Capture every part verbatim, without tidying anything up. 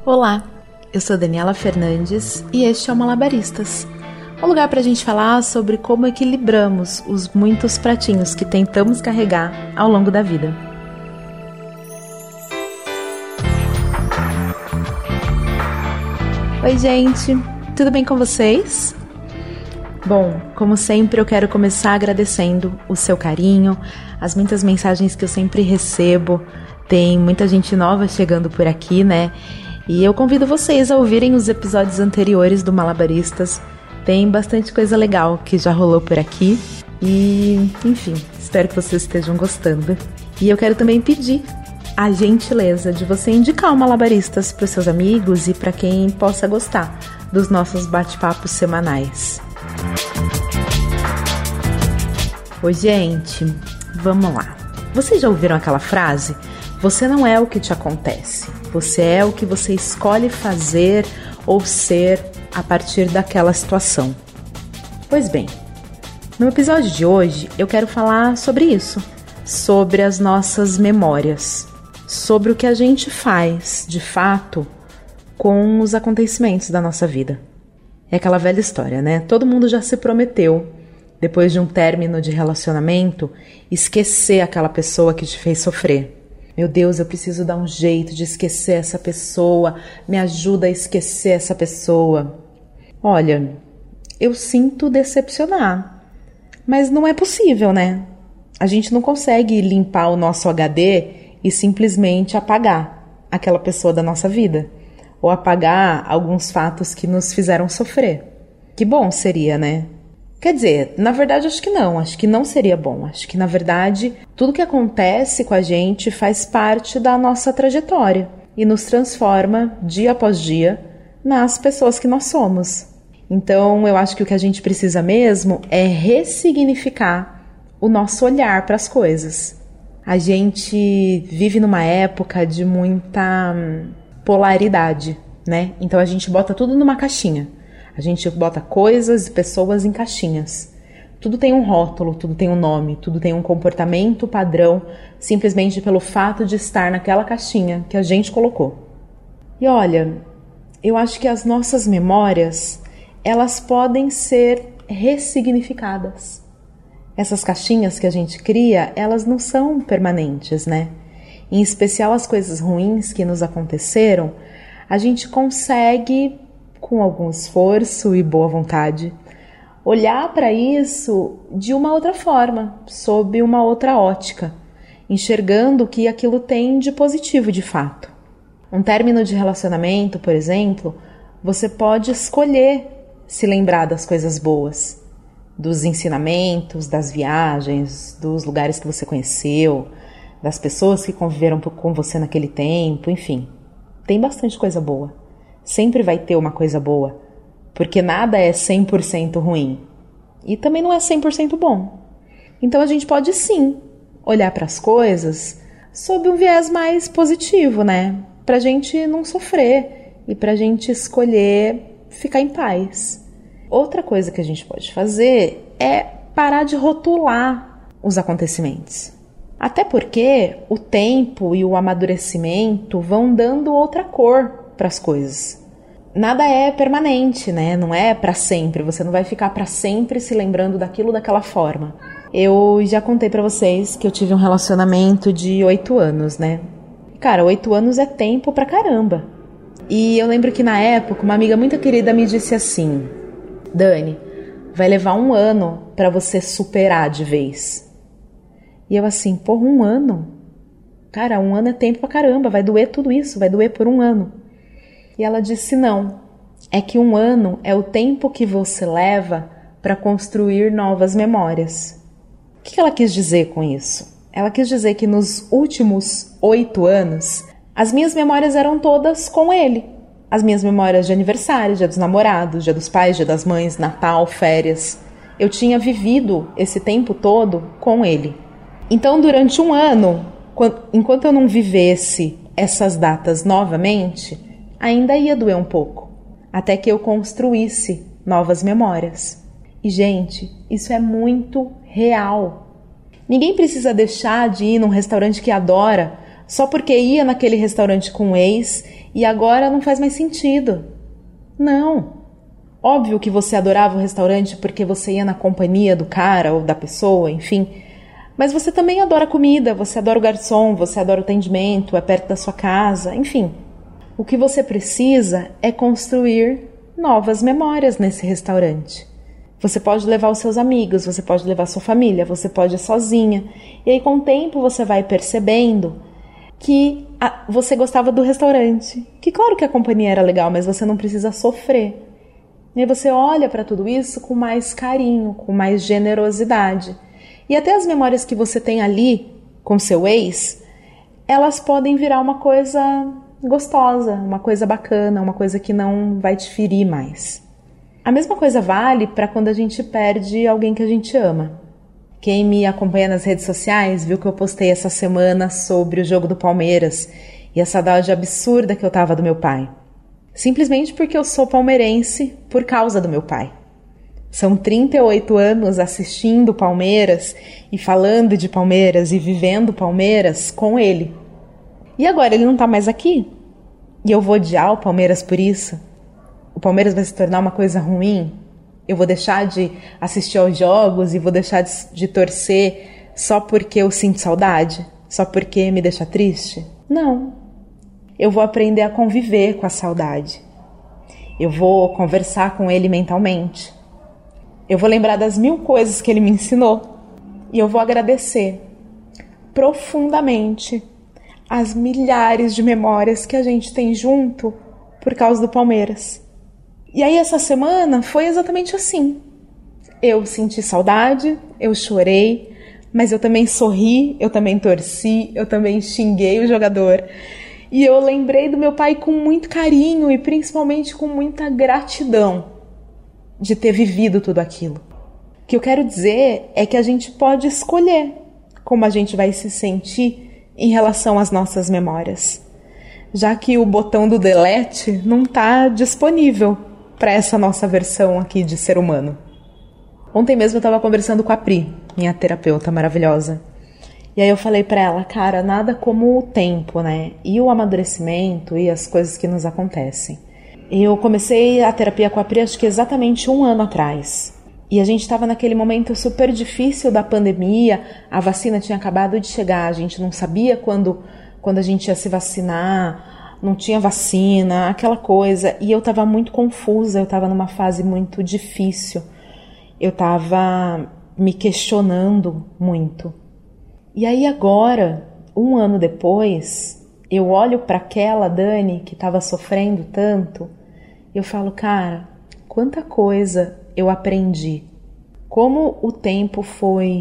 Olá, eu sou Daniela Fernandes e este é o Malabaristas, um lugar para a gente falar sobre como equilibramos os muitos pratinhos que tentamos carregar ao longo da vida. Oi gente, tudo bem com vocês? Bom, como sempre eu quero começar agradecendo o seu carinho, as muitas mensagens que eu sempre recebo, tem muita gente nova chegando por aqui, né? E eu convido vocês a ouvirem os episódios anteriores do Malabaristas. Tem bastante coisa legal que já rolou por aqui. E, enfim, espero que vocês estejam gostando. E eu quero também pedir a gentileza de você indicar o Malabaristas para os seus amigos e para quem possa gostar dos nossos bate-papos semanais. Oi, gente, vamos lá. Vocês já ouviram aquela frase? Você não é o que te acontece. Você é o que você escolhe fazer ou ser a partir daquela situação. Pois bem, no episódio de hoje eu quero falar sobre isso, sobre as nossas memórias, sobre o que a gente faz, de fato, com os acontecimentos da nossa vida. É aquela velha história, né? Todo mundo já se prometeu, depois de um término de relacionamento, esquecer aquela pessoa que te fez sofrer. Meu Deus, eu preciso dar um jeito de esquecer essa pessoa, me ajuda a esquecer essa pessoa. Olha, eu sinto decepcionar, mas não é possível, né? A gente não consegue limpar o nosso H D e simplesmente apagar aquela pessoa da nossa vida, ou apagar alguns fatos que nos fizeram sofrer. Que bom seria, né? Quer dizer, na verdade acho que não, acho que não seria bom, acho que na verdade tudo que acontece com a gente faz parte da nossa trajetória e nos transforma dia após dia nas pessoas que nós somos. Então eu acho que o que a gente precisa mesmo é ressignificar o nosso olhar para as coisas. A gente vive numa época de muita polaridade, né? Então a gente bota tudo numa caixinha. A gente bota coisas e pessoas em caixinhas. Tudo tem um rótulo, tudo tem um nome, tudo tem um comportamento padrão, simplesmente pelo fato de estar naquela caixinha que a gente colocou. E olha, eu acho que as nossas memórias, elas podem ser ressignificadas. Essas caixinhas que a gente cria, elas não são permanentes, né? Em especial as coisas ruins que nos aconteceram, a gente consegue, com algum esforço e boa vontade, olhar para isso de uma outra forma, sob uma outra ótica, enxergando o que aquilo tem de positivo de fato. Um término de relacionamento, por exemplo, você pode escolher se lembrar das coisas boas, dos ensinamentos, das viagens, dos lugares que você conheceu, das pessoas que conviveram com você naquele tempo, enfim. Tem bastante coisa boa. Sempre vai ter uma coisa boa, porque nada é cem por cento ruim e também não é cem por cento bom. Então a gente pode sim olhar para as coisas sob um viés mais positivo, né? Para a gente não sofrer e para a gente escolher ficar em paz. Outra coisa que a gente pode fazer é parar de rotular os acontecimentos. Até porque o tempo e o amadurecimento vão dando outra cor para as coisas. Nada é permanente, né? Não é para sempre. Você não vai ficar para sempre se lembrando daquilo daquela forma. Eu já contei para vocês que eu tive um relacionamento de oito anos, né? Cara, oito anos é tempo pra caramba. E eu lembro que na época uma amiga muito querida me disse assim: Dani, vai levar um ano para você superar de vez. E eu assim, porra, um ano? Cara, um ano é tempo pra caramba, vai doer tudo isso, vai doer por um ano. E ela disse não, é que um ano é o tempo que você leva para construir novas memórias. O que ela quis dizer com isso? Ela quis dizer que nos últimos oito anos, as minhas memórias eram todas com ele. As minhas memórias de aniversário, dia dos namorados, dia dos pais, dia das mães, Natal, férias. Eu tinha vivido esse tempo todo com ele. Então, durante um ano, enquanto eu não vivesse essas datas novamente, ainda ia doer um pouco, até que eu construísse novas memórias. E, gente, isso é muito real. Ninguém precisa deixar de ir num restaurante que adora só porque ia naquele restaurante com o ex e agora não faz mais sentido. Não. Óbvio que você adorava o restaurante porque você ia na companhia do cara ou da pessoa, enfim. Mas você também adora comida, você adora o garçom, você adora o atendimento, é perto da sua casa, enfim. O que você precisa é construir novas memórias nesse restaurante. Você pode levar os seus amigos, você pode levar sua família, você pode ir sozinha. E aí com o tempo você vai percebendo que a, você gostava do restaurante. Que claro que a companhia era legal, mas você não precisa sofrer. E aí você olha para tudo isso com mais carinho, com mais generosidade. E até as memórias que você tem ali com seu ex, elas podem virar uma coisa gostosa, uma coisa bacana, uma coisa que não vai te ferir mais. A mesma coisa vale para quando a gente perde alguém que a gente ama. Quem me acompanha nas redes sociais viu que eu postei essa semana sobre o jogo do Palmeiras e a saudade absurda que eu tava do meu pai. Simplesmente porque eu sou palmeirense por causa do meu pai. São trinta e oito anos assistindo Palmeiras e falando de Palmeiras e vivendo Palmeiras com ele. E agora ele não tá mais aqui? E eu vou odiar o Palmeiras por isso? O Palmeiras vai se tornar uma coisa ruim? Eu vou deixar de assistir aos jogos e vou deixar de, de torcer só porque eu sinto saudade? Só porque me deixa triste? Não. Eu vou aprender a conviver com a saudade. Eu vou conversar com ele mentalmente. Eu vou lembrar das mil coisas que ele me ensinou. E eu vou agradecer profundamente as milhares de memórias que a gente tem junto por causa do Palmeiras. E aí essa semana foi exatamente assim. Eu senti saudade, eu chorei, mas eu também sorri, eu também torci, eu também xinguei o jogador. E eu lembrei do meu pai com muito carinho e principalmente com muita gratidão de ter vivido tudo aquilo. O que eu quero dizer é que a gente pode escolher como a gente vai se sentir em relação às nossas memórias, já que o botão do delete não está disponível para essa nossa versão aqui de ser humano. Ontem mesmo eu estava conversando com a Pri, minha terapeuta maravilhosa. E aí eu falei pra ela, cara, nada como o tempo, né? E o amadurecimento e as coisas que nos acontecem. Eu comecei a terapia com a Pri acho que exatamente um ano atrás. E a gente estava naquele momento super difícil da pandemia, a vacina tinha acabado de chegar, a gente não sabia quando, quando a gente ia se vacinar, não tinha vacina, aquela coisa. E eu estava muito confusa, eu estava numa fase muito difícil. Eu estava me questionando muito. E aí agora, um ano depois, eu olho para aquela Dani que estava sofrendo tanto e eu falo, cara, quanta coisa eu aprendi. Como o tempo foi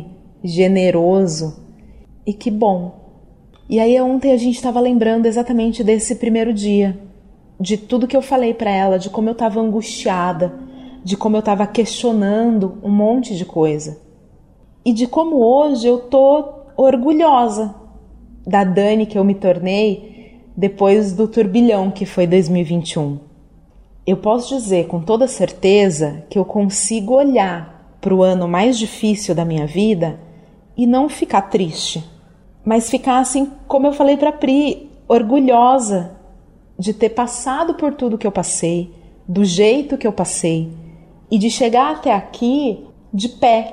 generoso e que bom. E aí ontem a gente estava lembrando exatamente desse primeiro dia, de tudo que eu falei para ela, de como eu estava angustiada, de como eu estava questionando um monte de coisa. E de como hoje eu tô orgulhosa da Dani que eu me tornei depois do turbilhão que foi dois mil e vinte e um. Eu posso dizer com toda certeza que eu consigo olhar para o ano mais difícil da minha vida e não ficar triste, mas ficar assim, como eu falei para a Pri, orgulhosa de ter passado por tudo que eu passei, do jeito que eu passei e de chegar até aqui de pé,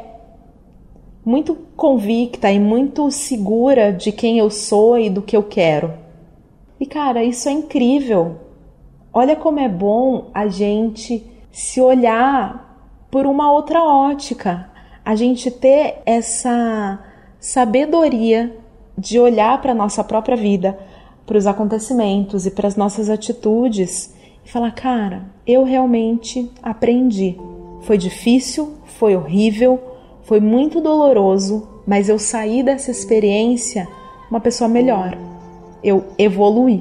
muito convicta e muito segura de quem eu sou e do que eu quero. E cara, isso é incrível. Olha como é bom a gente se olhar por uma outra ótica, a gente ter essa sabedoria de olhar para a nossa própria vida, para os acontecimentos e para as nossas atitudes e falar, cara, eu realmente aprendi. Foi difícil, foi horrível, foi muito doloroso, mas eu saí dessa experiência uma pessoa melhor. Eu evoluí.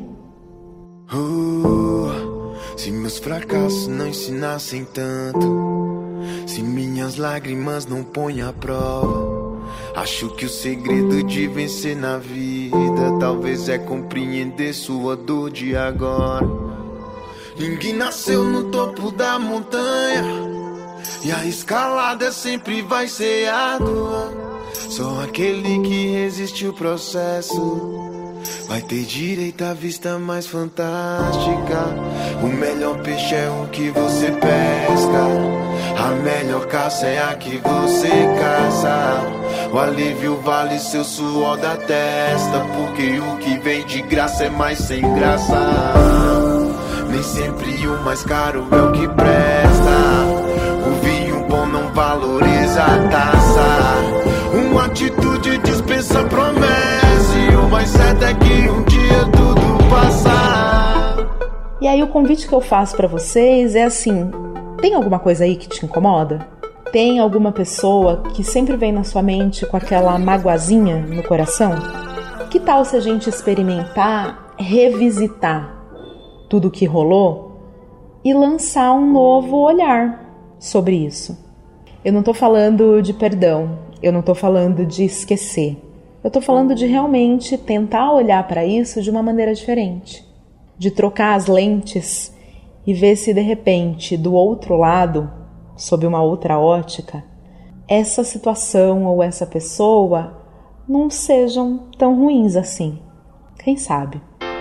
Oh, se meus fracassos não ensinassem tanto, se minhas lágrimas não põem à prova, acho que o segredo de vencer na vida talvez é compreender sua dor de agora. Ninguém nasceu no topo da montanha e a escalada sempre vai ser árdua. Só aquele que resiste o processo vai ter direito à vista mais fantástica. O melhor peixe é o que você pesca, a melhor caça é a que você caça. O alívio vale seu suor da testa, porque o que vem de graça é mais sem graça. Nem sempre o mais caro é o que presta, o vinho bom não valoriza a taça. Uma atitude dispensa promessa, e o mais certo é que um dia tudo passa. E aí o convite que eu faço pra vocês é assim: tem alguma coisa aí que te incomoda? Tem alguma pessoa que sempre vem na sua mente com aquela magoazinha no coração? Que tal se a gente experimentar revisitar tudo o que rolou e lançar um novo olhar sobre isso? Eu não tô falando de perdão, eu não tô falando de esquecer. Eu tô falando de realmente tentar olhar para isso de uma maneira diferente. De trocar as lentes e ver se de repente, do outro lado, sob uma outra ótica, essa situação ou essa pessoa não sejam tão ruins assim. Quem sabe?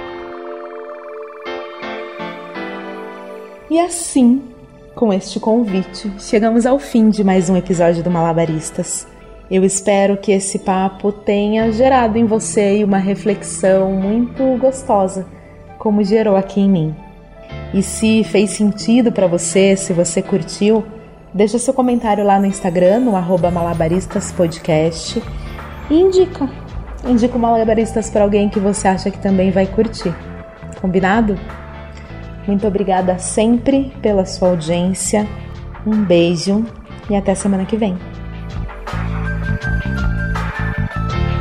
E assim, com este convite, chegamos ao fim de mais um episódio do Malabaristas. Eu espero que esse papo tenha gerado em você uma reflexão muito gostosa, como gerou aqui em mim. E se fez sentido para você, se você curtiu, deixa seu comentário lá no Instagram, no arroba malabaristaspodcast, e indica, indica o Malabaristas para alguém que você acha que também vai curtir. Combinado? Muito obrigada sempre pela sua audiência, um beijo e até semana que vem.